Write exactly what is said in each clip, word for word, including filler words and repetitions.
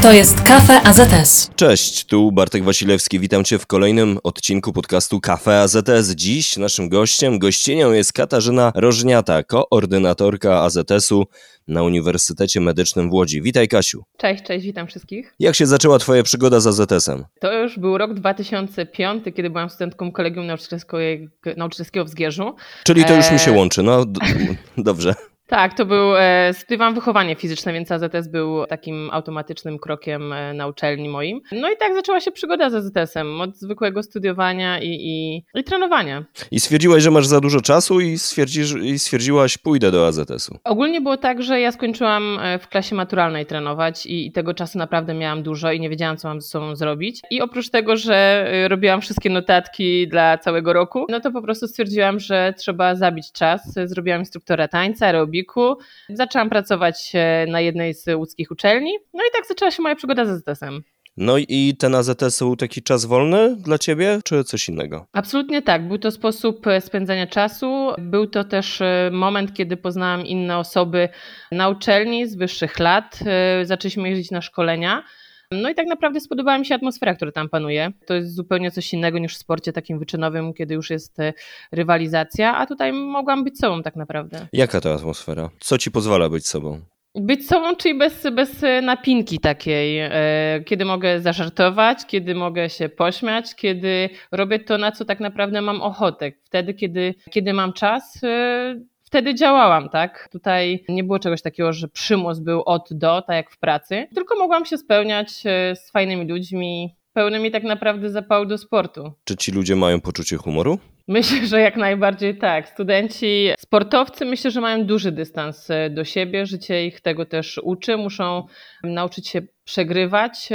To jest Cafe A Z S. Cześć, tu Bartek Wasilewski. Witam Cię w kolejnym odcinku podcastu Cafe A Z S. Dziś naszym gościem, gościnią jest Katarzyna Rożniata, koordynatorka A Z S-u na Uniwersytecie Medycznym w Łodzi. Witaj, Kasiu. Cześć, cześć, witam wszystkich. Jak się zaczęła Twoja przygoda z A Z S-em? To już był rok dwa tysiące piąty, kiedy byłam studentką Kolegium Nauczycielskiego, Nauczycielskiego w Zgierzu. Czyli to już mi się łączy, no d- dobrze. Tak, to był, e, studiowałam wychowanie fizyczne, więc A Z S był takim automatycznym krokiem e, na uczelni moim. No i tak zaczęła się przygoda z A Z S-em, od zwykłego studiowania i, i, i trenowania. I stwierdziłaś, że masz za dużo czasu i, stwierdzisz, i stwierdziłaś, pójdę do A Z S-u. Ogólnie było tak, że ja skończyłam w klasie maturalnej trenować i, i tego czasu naprawdę miałam dużo i nie wiedziałam, co mam ze sobą zrobić. I oprócz tego, że robiłam wszystkie notatki dla całego roku, no to po prostu stwierdziłam, że trzeba zabić czas. Zrobiłam instruktora tańca, aerobiku. Zaczęłam pracować na jednej z łódzkich uczelni. No i tak zaczęła się moja przygoda z A Z S-em. No i ten A Z S był taki czas wolny dla Ciebie, czy coś innego? Absolutnie tak. Był to sposób spędzania czasu. Był to też moment, kiedy poznałam inne osoby na uczelni z wyższych lat. Zaczęliśmy jeździć na szkolenia. No i tak naprawdę spodobała mi się atmosfera, która tam panuje. To jest zupełnie coś innego niż w sporcie takim wyczynowym, kiedy już jest rywalizacja, a tutaj mogłam być sobą tak naprawdę. Jaka to atmosfera? Co Ci pozwala być sobą? Być sobą, czyli bez, bez napinki takiej, kiedy mogę zażartować, kiedy mogę się pośmiać, kiedy robię to, na co tak naprawdę mam ochotę. Wtedy, kiedy, kiedy mam czas, wtedy działałam, tak? Tutaj nie było czegoś takiego, że przymus był od do, tak jak w pracy, tylko mogłam się spełniać z fajnymi ludźmi, pełnymi tak naprawdę zapału do sportu. Czy ci ludzie mają poczucie humoru? Myślę, że jak najbardziej tak. Studenci, sportowcy myślę, że mają duży dystans do siebie, życie ich tego też uczy, muszą nauczyć się przegrywać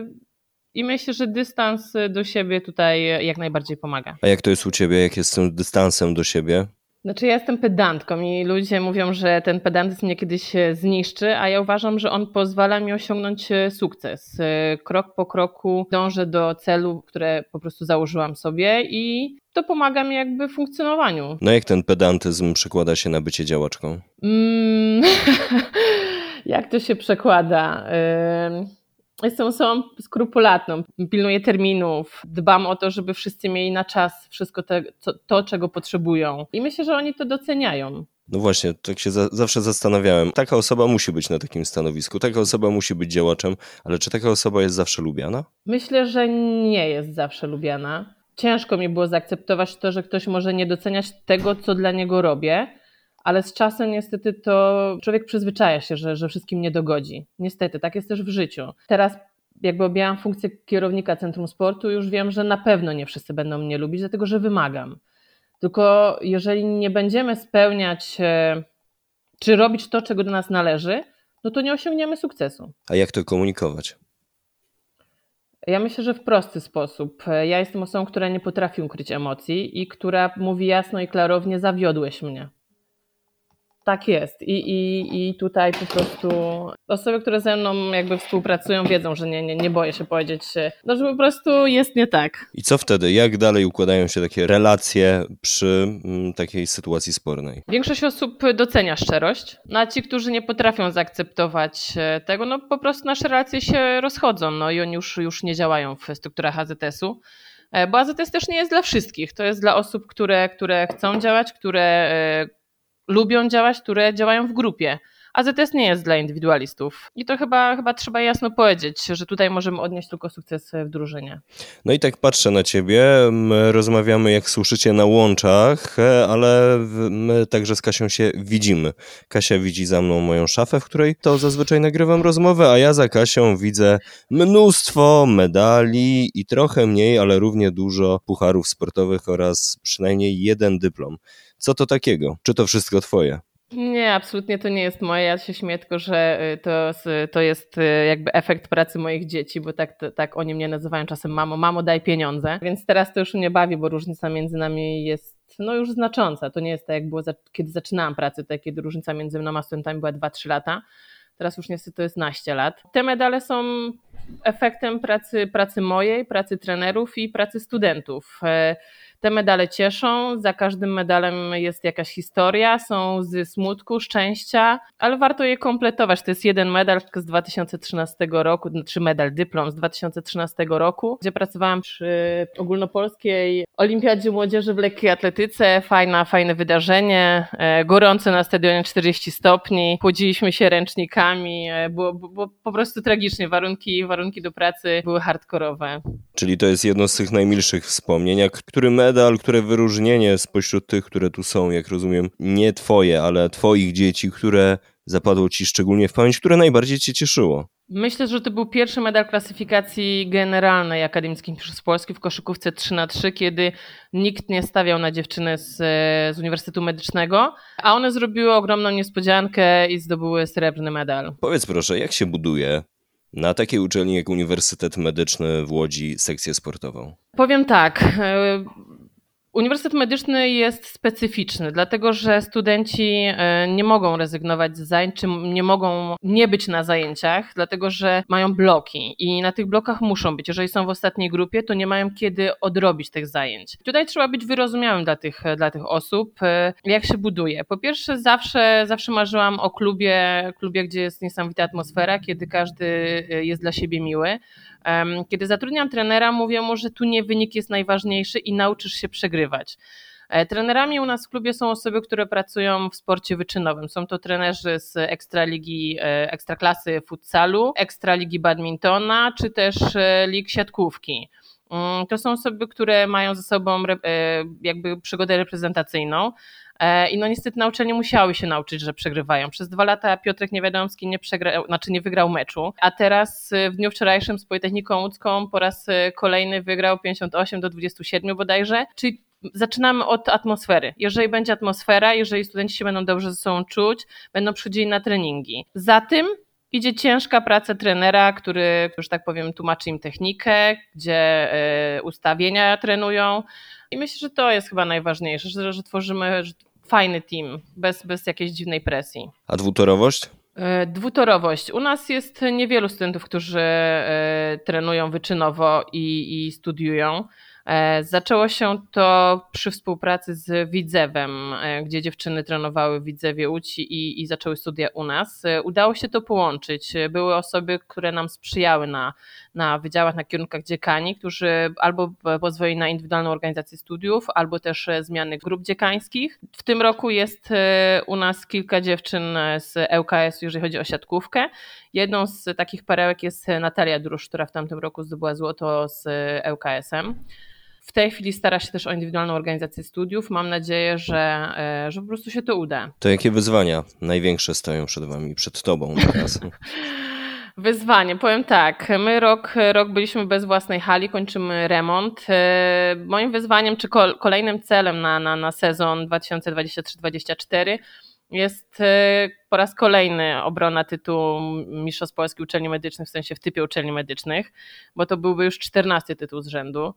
i myślę, że dystans do siebie tutaj jak najbardziej pomaga. A jak to jest u Ciebie, jak jest z tym dystansem do siebie? Znaczy ja jestem pedantką i ludzie mówią, że ten pedantyzm mnie kiedyś zniszczy, a ja uważam, że on pozwala mi osiągnąć sukces. Krok po kroku dążę do celu, które po prostu założyłam sobie i to pomaga mi jakby w funkcjonowaniu. No jak ten pedantyzm przekłada się na bycie działaczką? Mm, jak to się przekłada? Jestem osobą skrupulatną, pilnuję terminów, dbam o to, żeby wszyscy mieli na czas wszystko te, co, to, czego potrzebują. I myślę, że oni to doceniają. No właśnie, tak się za, zawsze zastanawiałem. Taka osoba musi być na takim stanowisku, taka osoba musi być działaczem, ale czy taka osoba jest zawsze lubiana? Myślę, że nie jest zawsze lubiana. Ciężko mi było zaakceptować to, że ktoś może nie doceniać tego, co dla niego robię, ale z czasem niestety to człowiek przyzwyczaja się, że, że wszystkim nie dogodzi. Niestety, tak jest też w życiu. Teraz jakby objęłam funkcję kierownika Centrum Sportu, już wiem, że na pewno nie wszyscy będą mnie lubić, dlatego że wymagam. Tylko jeżeli nie będziemy spełniać, czy robić to, czego do nas należy, no to nie osiągniemy sukcesu. A jak to komunikować? Ja myślę, że w prosty sposób. Ja jestem osobą, która nie potrafi ukryć emocji i która mówi jasno i klarownie: zawiodłeś mnie. Tak jest. I, i, i tutaj po prostu osoby, które ze mną jakby współpracują, wiedzą, że nie, nie, nie boję się powiedzieć, no, że po prostu jest nie tak. I co wtedy? Jak dalej układają się takie relacje przy m, takiej sytuacji spornej? Większość osób docenia szczerość, no a ci, którzy nie potrafią zaakceptować tego, no po prostu nasze relacje się rozchodzą, no i oni już, już nie działają w strukturach A Z S-u. Bo A Z S też nie jest dla wszystkich. To jest dla osób, które, które chcą działać, które lubią działać, które działają w grupie. A Z S nie jest dla indywidualistów. I to chyba, chyba trzeba jasno powiedzieć, że tutaj możemy odnieść tylko sukces w drużynie. No i tak patrzę na Ciebie, my rozmawiamy jak słyszycie na łączach, ale my także z Kasią się widzimy. Kasia widzi za mną moją szafę, w której to zazwyczaj nagrywam rozmowę, a ja za Kasią widzę mnóstwo medali i trochę mniej, ale równie dużo pucharów sportowych oraz przynajmniej jeden dyplom. Co to takiego? Czy to wszystko Twoje? Nie, absolutnie to nie jest moje. Ja się śmieję tylko, że to, to jest jakby efekt pracy moich dzieci, bo tak, tak oni mnie nazywają czasem: mamo, mamo daj pieniądze. Więc teraz to już mnie bawi, bo różnica między nami jest no już znacząca. To nie jest tak, jak było, kiedy zaczynałam pracę, tak, kiedy różnica między mną a studentami była dwa trzy lata. Teraz już niestety to jest naście lat. Te medale są efektem pracy, pracy mojej, pracy trenerów i pracy studentów. Te medale cieszą, za każdym medalem jest jakaś historia, są łzy smutku, szczęścia, ale warto je kompletować. To jest jeden medal z dwa tysiące trzynastego roku, czy medal, dyplom z dwa tysiące trzynastego roku, gdzie pracowałam przy ogólnopolskiej Olimpiadzie Młodzieży w lekkiej atletyce. Fajna, fajne wydarzenie, gorące na stadionie czterdzieści stopni, chłodziliśmy się ręcznikami, było, było po prostu tragicznie, warunki, warunki do pracy były hardkorowe. Czyli to jest jedno z tych najmilszych wspomnień. Jak który medal, które wyróżnienie spośród tych, które tu są, jak rozumiem, nie twoje, ale twoich dzieci, które zapadło ci szczególnie w pamięć, które najbardziej cię cieszyło? Myślę, że to był pierwszy medal klasyfikacji generalnej Akademickiej Mistrzostw Polski w koszykówce trzy na trzy, kiedy nikt nie stawiał na dziewczyny z, z Uniwersytetu Medycznego, a one zrobiły ogromną niespodziankę i zdobyły srebrny medal. Powiedz proszę, jak się buduje na takiej uczelni jak Uniwersytet Medyczny w Łodzi sekcję sportową? Powiem tak. Uniwersytet Medyczny jest specyficzny, dlatego że studenci nie mogą rezygnować z zajęć, czy nie mogą nie być na zajęciach, dlatego że mają bloki i na tych blokach muszą być. Jeżeli są w ostatniej grupie, to nie mają kiedy odrobić tych zajęć. Tutaj trzeba być wyrozumiałym dla tych, dla tych osób. Jak się buduje? Po pierwsze, zawsze, zawsze marzyłam o klubie, klubie, gdzie jest niesamowita atmosfera, kiedy każdy jest dla siebie miły. Kiedy zatrudniam trenera, mówię mu, że tu nie wynik jest najważniejszy i nauczysz się przegrywać. Trenerami u nas w klubie są osoby, które pracują w sporcie wyczynowym. Są to trenerzy z Ekstraligi, Ekstraklasy futsalu, Ekstraligi badmintona, czy też lig siatkówki. To są osoby, które mają ze sobą jakby przygodę reprezentacyjną. I no niestety na uczelni musiały się nauczyć, że przegrywają. Przez dwa lata Piotrek Niewiadomski nie przegrał, znaczy nie wygrał meczu, a teraz w dniu wczorajszym z Politechniką Łódzką po raz kolejny wygrał pięćdziesiąt osiem do dwudziestu siedmiu bodajże, czyli zaczynamy od atmosfery. Jeżeli będzie atmosfera, jeżeli studenci się będą dobrze ze sobą czuć, będą przychodzili na treningi. Za tym idzie ciężka praca trenera, który, że tak powiem, tłumaczy im technikę, gdzie ustawienia trenują. I myślę, że to jest chyba najważniejsze, że, że tworzymy fajny team, bez, bez jakiejś dziwnej presji. A dwutorowość? Dwutorowość. U nas jest niewielu studentów, którzy trenują wyczynowo i, i studiują. Zaczęło się to przy współpracy z Widzewem, gdzie dziewczyny trenowały w Widzewie Łódź i, i zaczęły studia u nas. Udało się to połączyć. Były osoby, które nam sprzyjały na, na wydziałach, na kierunkach dziekani, którzy albo pozwolili na indywidualną organizację studiów, albo też zmiany grup dziekańskich. W tym roku jest u nas kilka dziewczyn z L K S, jeżeli chodzi o siatkówkę. Jedną z takich perełek jest Natalia Drusz, która w tamtym roku zdobyła złoto z L K S-em. W tej chwili stara się też o indywidualną organizację studiów. Mam nadzieję, że, że po prostu się to uda. To jakie wyzwania największe stoją przed wami, przed tobą teraz? Wyzwanie, powiem tak, my rok, rok byliśmy bez własnej hali, kończymy remont. Moim wyzwaniem, czy kolejnym celem na, na, na sezon dwa tysiące dwudziesty trzeci dwudziesty czwarty jest po raz kolejny obrona tytułu Mistrzostw Polski Uczelni Medycznych, w sensie w typie uczelni medycznych, bo to byłby już czternasty tytuł z rzędu.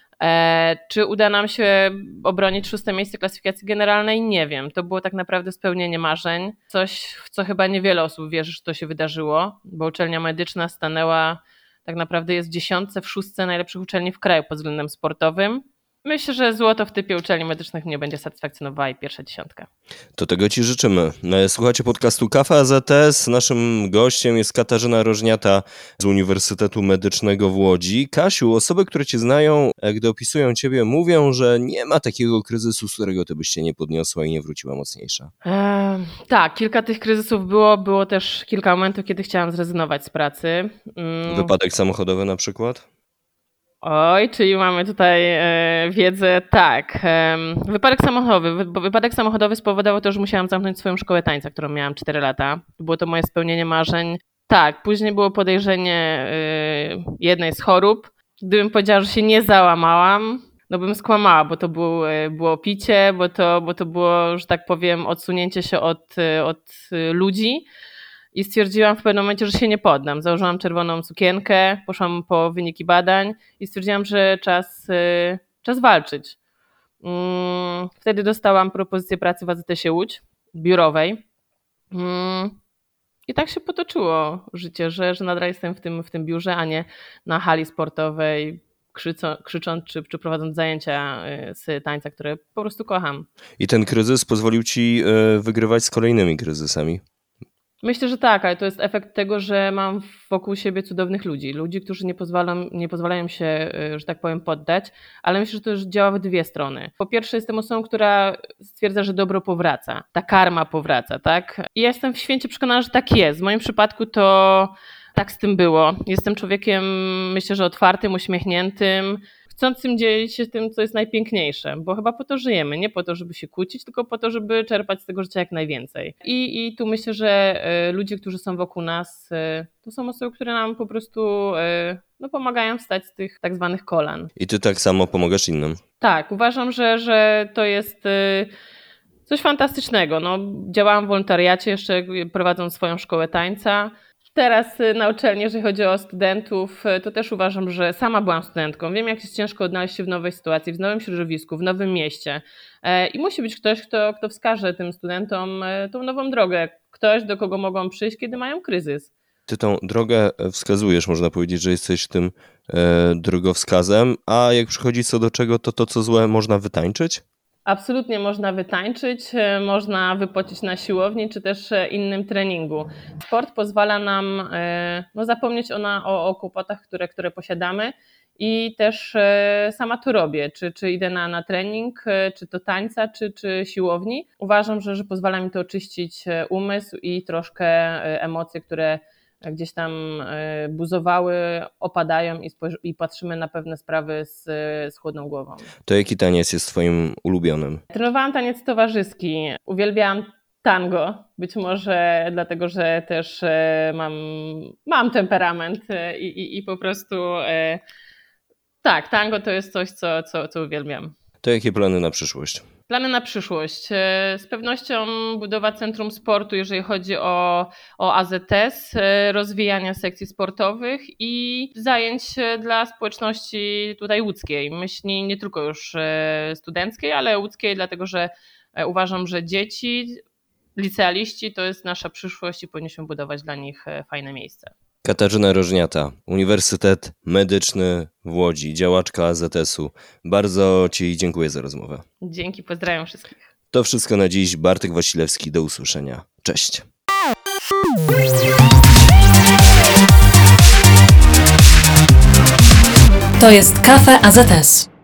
E, czy uda nam się obronić szóste miejsce klasyfikacji generalnej? Nie wiem. To było tak naprawdę spełnienie marzeń. Coś, w co chyba niewiele osób wierzy, że to się wydarzyło, bo uczelnia medyczna stanęła, tak naprawdę jest w dziesiątce, w szóstce najlepszych uczelni w kraju pod względem sportowym. Myślę, że złoto w typie uczelni medycznych mnie będzie satysfakcjonowała i pierwsza dziesiątka. To tego ci życzymy. Słuchajcie podcastu Kafe A Z S. Naszym gościem jest Katarzyna Rożniata z Uniwersytetu Medycznego w Łodzi. Kasiu, osoby, które cię znają, gdy opisują ciebie, mówią, że nie ma takiego kryzysu, z którego ty byś się nie podniosła i nie wróciła mocniejsza. Eee, tak, kilka tych kryzysów było. Było też kilka momentów, kiedy chciałam zrezygnować z pracy. Mm. Wypadek samochodowy na przykład? Oj, czyli mamy tutaj e, wiedzę, tak. E, wypadek samochodowy. Wy, wypadek samochodowy spowodował to, że musiałam zamknąć swoją szkołę tańca, którą miałam cztery lata. Było to moje spełnienie marzeń. Tak, później było podejrzenie e, jednej z chorób. Gdybym powiedziała, że się nie załamałam, no bym skłamała, bo to było, było picie, bo to, bo to było, że tak powiem, odsunięcie się od, od ludzi. I stwierdziłam w pewnym momencie, że się nie poddam. Założyłam czerwoną sukienkę, poszłam po wyniki badań i stwierdziłam, że czas, czas walczyć. Wtedy dostałam propozycję pracy w A Z S-ie Łódź, biurowej. I tak się potoczyło życie, że, że nadal jestem w tym, w tym biurze, a nie na hali sportowej krzyco, krzycząc czy, czy prowadząc zajęcia z tańca, które po prostu kocham. I ten kryzys pozwolił ci wygrywać z kolejnymi kryzysami? Myślę, że tak, ale to jest efekt tego, że mam wokół siebie cudownych ludzi. Ludzi, którzy nie pozwalają, nie pozwalają się, że tak powiem, poddać, ale myślę, że to już działa w dwie strony. Po pierwsze, jestem osobą, która stwierdza, że dobro powraca, ta karma powraca, tak? I ja jestem święcie przekonana, że tak jest. W moim przypadku to tak z tym było. Jestem człowiekiem, myślę, że otwartym, uśmiechniętym, chcącym dzielić się tym, co jest najpiękniejsze, bo chyba po to żyjemy, nie po to, żeby się kłócić, tylko po to, żeby czerpać z tego życia jak najwięcej. I, i tu myślę, że y, ludzie, którzy są wokół nas, y, to są osoby, które nam po prostu y, no, pomagają wstać z tych tak zwanych kolan. I ty tak samo pomagasz innym? Tak, uważam, że, że to jest y, coś fantastycznego. No, działałam w wolontariacie, jeszcze prowadząc swoją szkołę tańca. Teraz na uczelni, jeżeli chodzi o studentów, to też uważam, że sama byłam studentką. Wiem, jak jest ciężko odnaleźć się w nowej sytuacji, w nowym środowisku, w nowym mieście. I musi być ktoś, kto, kto wskaże tym studentom tą nową drogę. Ktoś, do kogo mogą przyjść, kiedy mają kryzys. Ty tą drogę wskazujesz, można powiedzieć, że jesteś tym e, drogowskazem, a jak przychodzi co do czego, to to, co złe, można wytańczyć? Absolutnie można wytańczyć, można wypocić na siłowni czy też innym treningu. Sport pozwala nam no, zapomnieć ona, o, o kłopotach, które, które posiadamy i też sama to robię, czy, czy idę na, na trening, czy to tańca, czy, czy siłowni. Uważam, że, że pozwala mi to oczyścić umysł i troszkę emocje, które gdzieś tam buzowały, opadają i, spojrzy- i patrzymy na pewne sprawy z, z chłodną głową. To jaki taniec jest twoim ulubionym? Trenowałam taniec towarzyski. Uwielbiałam tango. Być może dlatego, że też mam, mam temperament i, i, i po prostu tak, tango to jest coś, co, co, co uwielbiam. To jakie plany na przyszłość? Plany na przyszłość. Z pewnością budowa centrum sportu, jeżeli chodzi o, o A Z S, rozwijania sekcji sportowych i zajęć dla społeczności tutaj łódzkiej. Myślę nie, nie tylko już studenckiej, ale łódzkiej, dlatego że uważam, że dzieci, licealiści to jest nasza przyszłość i powinniśmy budować dla nich fajne miejsce. Katarzyna Rożniata, Uniwersytet Medyczny w Łodzi, działaczka A Z S-u. Bardzo ci dziękuję za rozmowę. Dzięki, pozdrawiam wszystkich. To wszystko na dziś. Bartek Wasilewski, do usłyszenia. Cześć. To jest Cafe A Z S.